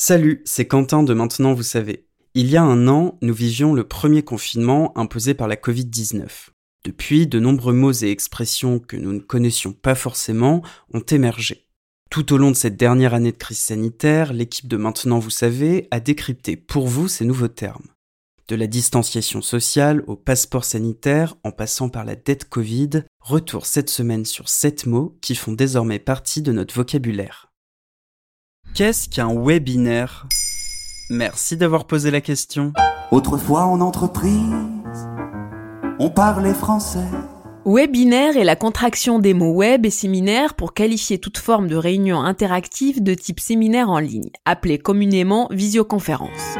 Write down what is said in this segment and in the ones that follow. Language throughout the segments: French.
Salut, c'est Quentin de Maintenant vous savez. Il y a un an, nous vivions le premier confinement imposé par la Covid-19. Depuis, de nombreux mots et expressions que nous ne connaissions pas forcément ont émergé. Tout au long de cette dernière année de crise sanitaire, l'équipe de Maintenant vous savez a décrypté pour vous ces nouveaux termes. De la distanciation sociale au passeport sanitaire, en passant par la dette Covid, retour cette semaine sur 7 mots qui font désormais partie de notre vocabulaire. Qu'est-ce qu'un webinaire ? Merci d'avoir posé la question. Autrefois en entreprise, on parlait français. Webinaire est la contraction des mots web et séminaire pour qualifier toute forme de réunion interactive de type séminaire en ligne, appelée communément visioconférence.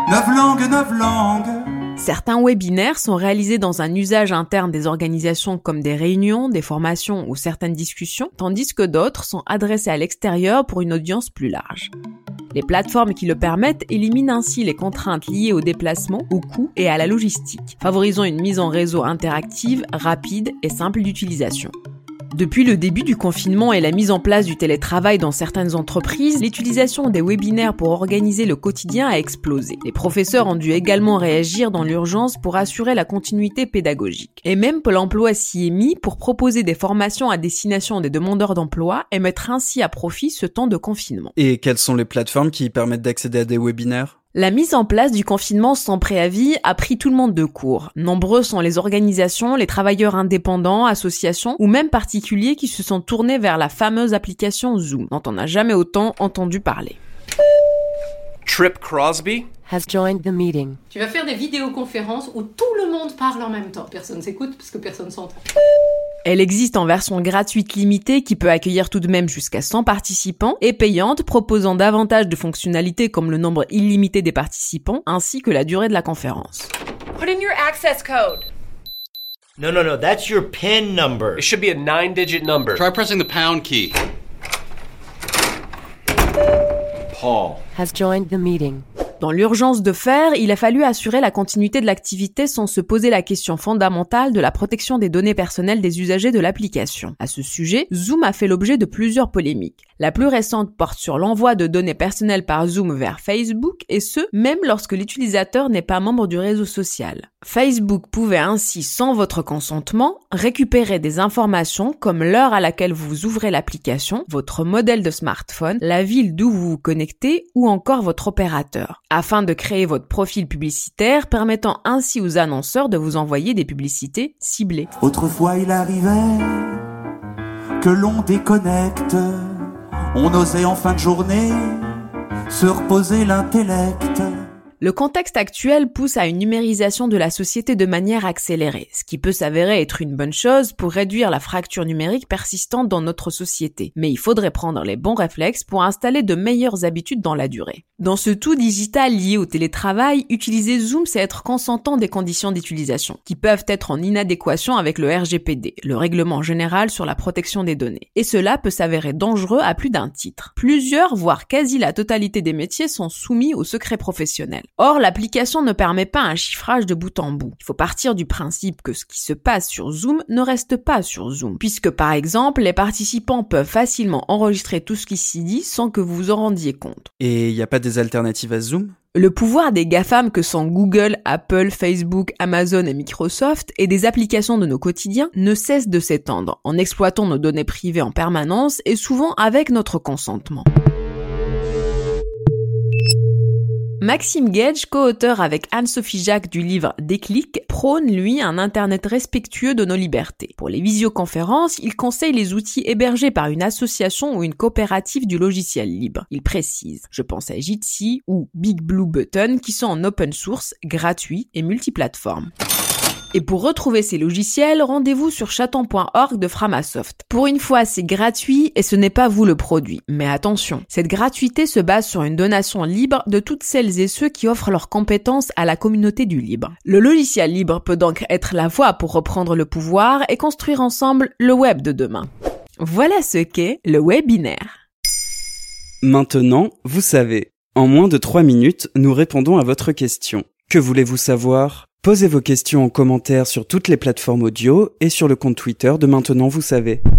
9 langues. Certains webinaires sont réalisés dans un usage interne des organisations comme des réunions, des formations ou certaines discussions, tandis que d'autres sont adressés à l'extérieur pour une audience plus large. Les plateformes qui le permettent éliminent ainsi les contraintes liées au déplacement, au coût et à la logistique, favorisant une mise en réseau interactive, rapide et simple d'utilisation. Depuis le début du confinement et la mise en place du télétravail dans certaines entreprises, l'utilisation des webinaires pour organiser le quotidien a explosé. Les professeurs ont dû également réagir dans l'urgence pour assurer la continuité pédagogique. Et même Pôle emploi s'y est mis pour proposer des formations à destination des demandeurs d'emploi et mettre ainsi à profit ce temps de confinement. Et quelles sont les plateformes qui permettent d'accéder à des webinaires ? La mise en place du confinement sans préavis a pris tout le monde de court. Nombreux sont les organisations, les travailleurs indépendants, associations ou même particuliers qui se sont tournés vers la fameuse application Zoom, dont on n'a jamais autant entendu parler. Trip Crosby has joined the meeting. Tu vas faire des vidéoconférences où tout le monde parle en même temps. Personne s'écoute parce que personne s'entend. Elle existe en version gratuite limitée qui peut accueillir tout de même jusqu'à 100 participants et payante proposant davantage de fonctionnalités comme le nombre illimité des participants ainsi que la durée de la conférence. Put in your access code. No, that's your PIN number. It should be a 9-digit number. Try pressing the pound key. Paul has joined the meeting. Dans l'urgence de faire, il a fallu assurer la continuité de l'activité sans se poser la question fondamentale de la protection des données personnelles des usagers de l'application. À ce sujet, Zoom a fait l'objet de plusieurs polémiques. La plus récente porte sur l'envoi de données personnelles par Zoom vers Facebook, et ce, même lorsque l'utilisateur n'est pas membre du réseau social. Facebook pouvait ainsi, sans votre consentement, récupérer des informations comme l'heure à laquelle vous ouvrez l'application, votre modèle de smartphone, la ville d'où vous vous connectez ou encore votre opérateur, afin de créer votre profil publicitaire permettant ainsi aux annonceurs de vous envoyer des publicités ciblées. Autrefois il arrivait que l'on déconnecte, on osait en fin de journée se reposer l'intellect. Le contexte actuel pousse à une numérisation de la société de manière accélérée, ce qui peut s'avérer être une bonne chose pour réduire la fracture numérique persistante dans notre société. Mais il faudrait prendre les bons réflexes pour installer de meilleures habitudes dans la durée. Dans ce tout digital lié au télétravail, utiliser Zoom, c'est être consentant des conditions d'utilisation, qui peuvent être en inadéquation avec le RGPD, le Règlement général sur la protection des données. Et cela peut s'avérer dangereux à plus d'un titre. Plusieurs, voire quasi la totalité des métiers sont soumis au secret professionnel. Or, l'application ne permet pas un chiffrage de bout en bout. Il faut partir du principe que ce qui se passe sur Zoom ne reste pas sur Zoom, puisque par exemple, les participants peuvent facilement enregistrer tout ce qui s'y dit sans que vous vous en rendiez compte. Et il n'y a pas des alternatives à Zoom ? Le pouvoir des GAFAM que sont Google, Apple, Facebook, Amazon et Microsoft et des applications de nos quotidiens ne cesse de s'étendre, en exploitant nos données privées en permanence et souvent avec notre consentement. Maxime Gage, co-auteur avec Anne-Sophie Jacques du livre Déclic, prône, lui, un Internet respectueux de nos libertés. Pour les visioconférences, il conseille les outils hébergés par une association ou une coopérative du logiciel libre. Il précise, je pense à Jitsi ou Big Blue Button qui sont en open source, gratuits et multiplateformes. Et pour retrouver ces logiciels, rendez-vous sur chaton.org de Framasoft. Pour une fois, c'est gratuit et ce n'est pas vous le produit. Mais attention, cette gratuité se base sur une donation libre de toutes celles et ceux qui offrent leurs compétences à la communauté du libre. Le logiciel libre peut donc être la voie pour reprendre le pouvoir et construire ensemble le web de demain. Voilà ce qu'est le webinaire. Maintenant, vous savez. En moins de 3 minutes, nous répondons à votre question. Que voulez-vous savoir ? Posez vos questions en commentaire sur toutes les plateformes audio et sur le compte Twitter de Maintenant vous savez.